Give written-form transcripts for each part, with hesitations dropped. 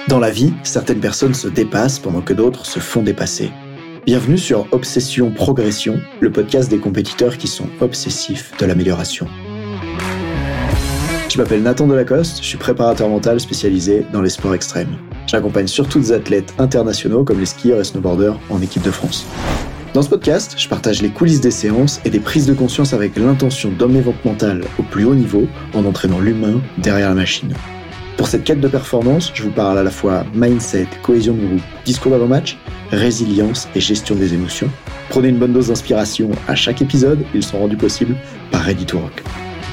Dans la vie, certaines personnes se dépassent pendant que d'autres se font dépasser. Bienvenue sur Obsession Progression, le podcast des compétiteurs qui sont obsessifs de l'amélioration. Je m'appelle Nathan Delacoste, je suis préparateur mental spécialisé dans les sports extrêmes. J'accompagne surtout des athlètes internationaux comme les skieurs et snowboarders en équipe de France. Dans ce podcast, je partage les coulisses des séances et des prises de conscience avec l'intention d'emmener votre mental au plus haut niveau en entraînant l'humain derrière la machine. Pour cette quête de performance, je vous parle à la fois mindset, cohésion de groupe, discours d'avant-match, résilience et gestion des émotions. Prenez une bonne dose d'inspiration à chaque épisode, ils sont rendus possibles par Ready to Rock.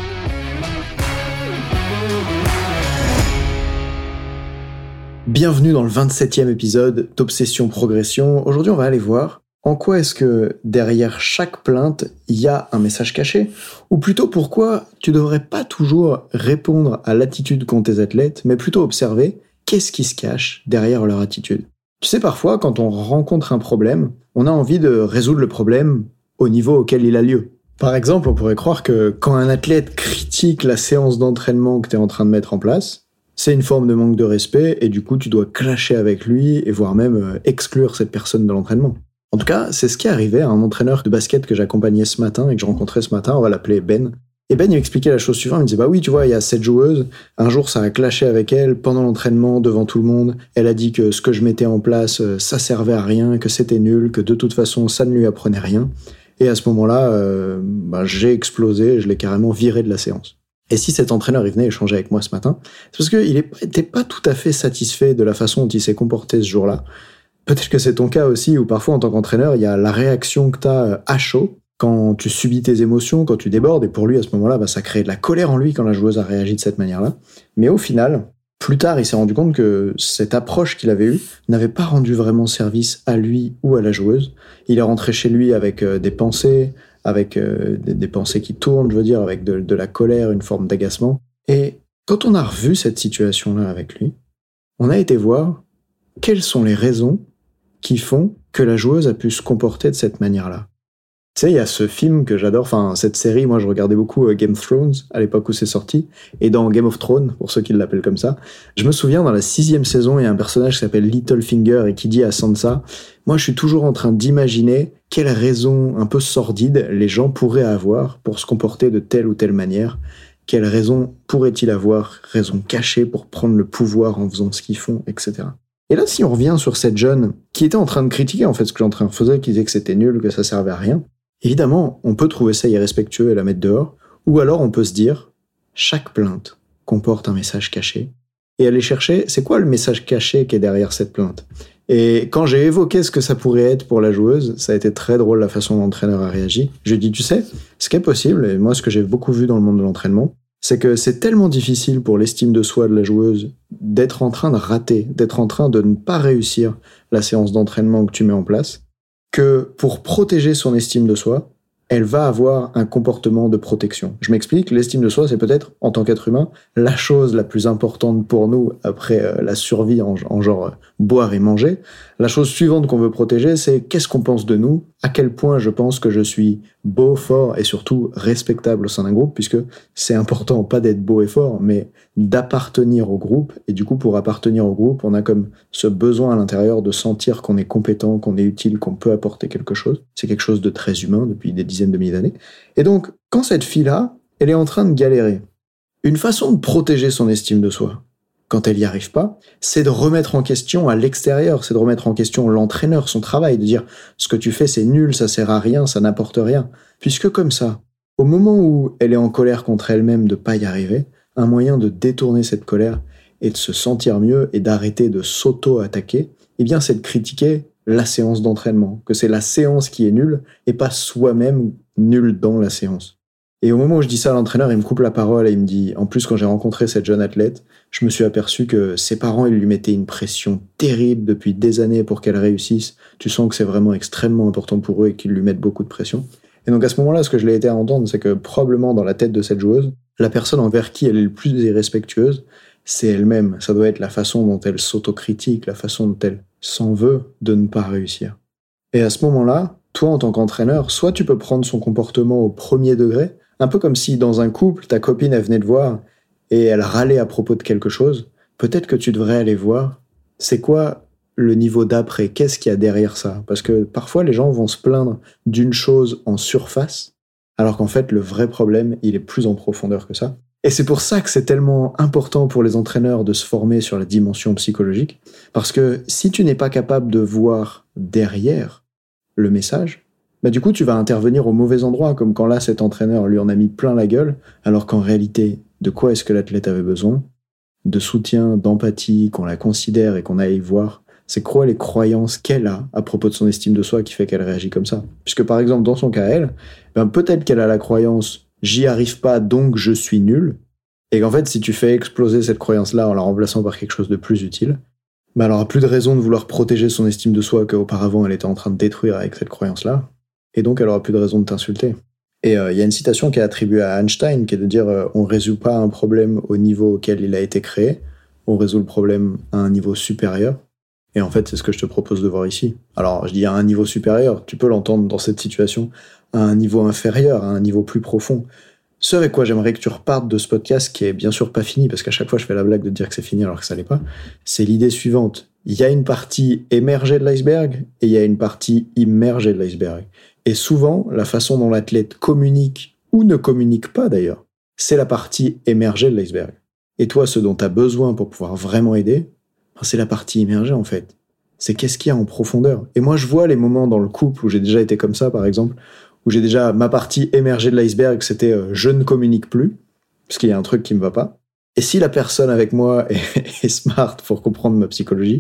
Bienvenue dans le 27e épisode d'Obsession Progression. Aujourd'hui, on va aller voir en quoi est-ce que derrière chaque plainte, il y a un message caché, ou plutôt pourquoi tu devrais pas toujours répondre à l'attitude qu'ont tes athlètes, mais plutôt observer qu'est-ce qui se cache derrière leur attitude. Tu sais, parfois, quand on rencontre un problème, on a envie de résoudre le problème au niveau auquel il a lieu. Par exemple, on pourrait croire que quand un athlète critique la séance d'entraînement que tu es en train de mettre en place, c'est une forme de manque de respect et du coup, tu dois clasher avec lui et voire même exclure cette personne de l'entraînement. En tout cas, c'est ce qui est arrivé à un entraîneur de basket que j'accompagnais ce matin et que je rencontrais ce matin, on va l'appeler Ben. Et Ben, il m'expliquait la chose suivante, il me disait « Bah oui, tu vois, il y a cette joueuse, un jour ça a clashé avec elle pendant l'entraînement, devant tout le monde, elle a dit que ce que je mettais en place, ça servait à rien, que c'était nul, que de toute façon, ça ne lui apprenait rien. » Et à ce moment-là, j'ai explosé, je l'ai carrément viré de la séance. Et si cet entraîneur il venait échanger avec moi ce matin, c'est parce qu'il n'était pas tout à fait satisfait de la façon dont il s'est comporté ce jour-là. Peut-être que c'est ton cas aussi, où parfois en tant qu'entraîneur, il y a la réaction que tu as à chaud, quand tu subis tes émotions, quand tu débordes, et pour lui à ce moment-là, ça crée de la colère en lui quand la joueuse a réagi de cette manière-là. Mais au final, plus tard, il s'est rendu compte que cette approche qu'il avait eue n'avait pas rendu vraiment service à lui ou à la joueuse. Il est rentré chez lui avec des pensées, avec des pensées qui tournent, avec de la colère, une forme d'agacement. Et quand on a revu cette situation-là avec lui, on a été voir quelles sont les raisons qui font que la joueuse a pu se comporter de cette manière-là. Tu sais, il y a ce film que j'adore, cette série, moi je regardais beaucoup Game of Thrones à l'époque où c'est sorti, et dans Game of Thrones, pour ceux qui l'appellent comme ça, je me souviens dans la 6e saison, il y a un personnage qui s'appelle Littlefinger et qui dit à Sansa « Moi je suis toujours en train d'imaginer quelles raisons un peu sordides les gens pourraient avoir pour se comporter de telle ou telle manière, quelles raisons pourrait-il avoir, raisons cachées pour prendre le pouvoir en faisant ce qu'ils font, etc. » Et là, si on revient sur cette jeune qui était en train de critiquer en fait ce que l'entraîneur faisait, qui disait que c'était nul, que ça servait à rien, évidemment, on peut trouver ça irrespectueux et la mettre dehors, ou alors on peut se dire, chaque plainte comporte un message caché, et aller chercher, c'est quoi le message caché qui est derrière cette plainte ? Et quand j'ai évoqué ce que ça pourrait être pour la joueuse, ça a été très drôle la façon dont l'entraîneur a réagi. Je lui ai dit, tu sais, ce qui est possible, et moi ce que j'ai beaucoup vu dans le monde de l'entraînement, c'est que c'est tellement difficile pour l'estime de soi de la joueuse d'être en train de rater, d'être en train de ne pas réussir la séance d'entraînement que tu mets en place, que pour protéger son estime de soi, elle va avoir un comportement de protection. Je m'explique, l'estime de soi, c'est peut-être, en tant qu'être humain, la chose la plus importante pour nous après la survie en genre boire et manger. La chose suivante qu'on veut protéger, c'est qu'est-ce qu'on pense de nous, à quel point je pense que je suis beau, fort et surtout respectable au sein d'un groupe, puisque c'est important pas d'être beau et fort, mais d'appartenir au groupe. Et du coup, pour appartenir au groupe, on a comme ce besoin à l'intérieur de sentir qu'on est compétent, qu'on est utile, qu'on peut apporter quelque chose. C'est quelque chose de très humain depuis des dizaines de milliers d'années. Et donc, quand cette fille-là, elle est en train de galérer, une façon de protéger son estime de soi, quand elle n'y arrive pas, c'est de remettre en question à l'extérieur, c'est de remettre en question l'entraîneur, son travail, de dire « ce que tu fais c'est nul, ça sert à rien, ça n'apporte rien ». Puisque comme ça, au moment où elle est en colère contre elle-même de ne pas y arriver, un moyen de détourner cette colère et de se sentir mieux et d'arrêter de s'auto-attaquer, eh bien c'est de critiquer la séance d'entraînement, que c'est la séance qui est nulle et pas soi-même nul dans la séance. Et au moment où je dis ça à l'entraîneur, il me coupe la parole et il me dit, en plus quand j'ai rencontré cette jeune athlète, je me suis aperçu que ses parents, ils lui mettaient une pression terrible depuis des années pour qu'elle réussisse. Tu sens que c'est vraiment extrêmement important pour eux et qu'ils lui mettent beaucoup de pression. Et donc à ce moment-là, ce que je l'ai été à entendre, c'est que probablement dans la tête de cette joueuse, la personne envers qui elle est le plus irrespectueuse, c'est elle-même. Ça doit être la façon dont elle s'autocritique, la façon dont elle s'en veut de ne pas réussir. Et à ce moment-là, toi en tant qu'entraîneur, soit tu peux prendre son comportement au premier degré, un peu comme si dans un couple, ta copine elle venait te voir et elle râlait à propos de quelque chose, peut-être que tu devrais aller voir c'est quoi le niveau d'après? Qu'est-ce qu'il y a derrière ça? Parce que parfois, les gens vont se plaindre d'une chose en surface, alors qu'en fait, le vrai problème, il est plus en profondeur que ça. Et c'est pour ça que c'est tellement important pour les entraîneurs de se former sur la dimension psychologique, parce que si tu n'es pas capable de voir derrière le message, du coup, tu vas intervenir au mauvais endroit, comme quand là, cet entraîneur lui en a mis plein la gueule, alors qu'en réalité, de quoi est-ce que l'athlète avait besoin? De soutien, d'empathie, qu'on la considère et qu'on aille voir. C'est quoi les croyances qu'elle a à propos de son estime de soi qui fait qu'elle réagit comme ça? Puisque par exemple, dans son cas, elle, peut-être qu'elle a la croyance « j'y arrive pas, donc je suis nul », et qu'en fait, si tu fais exploser cette croyance-là en la remplaçant par quelque chose de plus utile, elle aura plus de raison de vouloir protéger son estime de soi qu'auparavant elle était en train de détruire avec cette croyance-là, et donc elle aura plus de raison de t'insulter. Et y a une citation qui est attribuée à Einstein, qui est de dire on ne résout pas un problème au niveau auquel il a été créé, on résout le problème à un niveau supérieur. Et en fait, c'est ce que je te propose de voir ici. Alors, je dis à un niveau supérieur, tu peux l'entendre dans cette situation, à un niveau inférieur, à un niveau plus profond. Ce avec quoi j'aimerais que tu repartes de ce podcast, qui est bien sûr pas fini, parce qu'à chaque fois je fais la blague de dire que c'est fini alors que ça l'est pas, c'est l'idée suivante. Il y a une partie émergée de l'iceberg et il y a une partie immergée de l'iceberg. Et souvent, la façon dont l'athlète communique, ou ne communique pas d'ailleurs, c'est la partie émergée de l'iceberg. Et toi, ce dont tu as besoin pour pouvoir vraiment aider, c'est la partie immergée en fait. C'est qu'est-ce qu'il y a en profondeur. Et moi, je vois les moments dans le couple où j'ai déjà été comme ça, par exemple, où j'ai déjà ma partie émergée de l'iceberg, c'était je ne communique plus, parce qu'il y a un truc qui me va pas. Et si la personne avec moi est smart pour comprendre ma psychologie,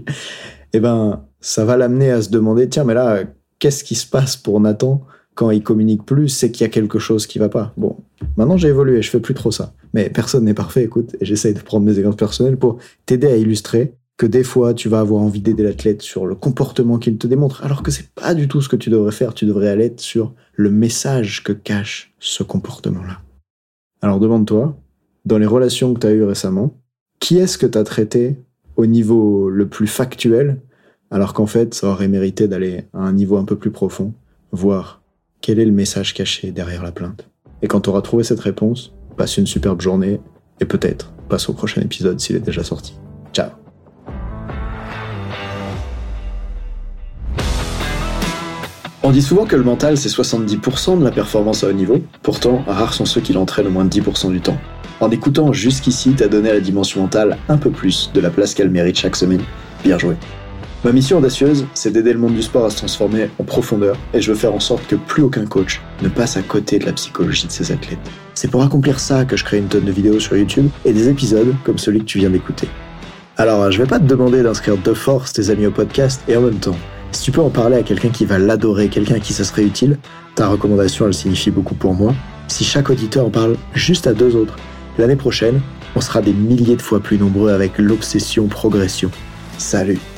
ça va l'amener à se demander, tiens, mais là, qu'est-ce qui se passe pour Nathan quand il communique plus? C'est qu'il y a quelque chose qui va pas. Bon, maintenant j'ai évolué, je fais plus trop ça. Mais personne n'est parfait, écoute, et j'essaye de prendre mes exemples personnels pour t'aider à illustrer que des fois, tu vas avoir envie d'aider l'athlète sur le comportement qu'il te démontre, alors que c'est pas du tout ce que tu devrais faire. Tu devrais aller sur le message que cache ce comportement-là. Alors demande-toi, dans les relations que tu as eues récemment, qui est-ce que tu as traité au niveau le plus factuel, alors qu'en fait, ça aurait mérité d'aller à un niveau un peu plus profond, voir quel est le message caché derrière la plainte. Et quand tu auras trouvé cette réponse, passe une superbe journée, et peut-être passe au prochain épisode s'il est déjà sorti. Ciao. On dit souvent que le mental, c'est 70% de la performance à haut niveau. Pourtant, rares sont ceux qui l'entraînent au moins de 10% du temps. En écoutant jusqu'ici, t'as donné à la dimension mentale un peu plus de la place qu'elle mérite chaque semaine. Bien joué. Ma mission audacieuse, c'est d'aider le monde du sport à se transformer en profondeur, et je veux faire en sorte que plus aucun coach ne passe à côté de la psychologie de ses athlètes. C'est pour accomplir ça que je crée une tonne de vidéos sur YouTube et des épisodes comme celui que tu viens d'écouter. Alors, je vais pas te demander d'inscrire de force tes amis au podcast, et en même temps, si tu peux en parler à quelqu'un qui va l'adorer, quelqu'un à qui ça serait utile, ta recommandation, elle signifie beaucoup pour moi. Si chaque auditeur en parle juste à 2 autres, l'année prochaine, on sera des milliers de fois plus nombreux avec l'obsession progression. Salut!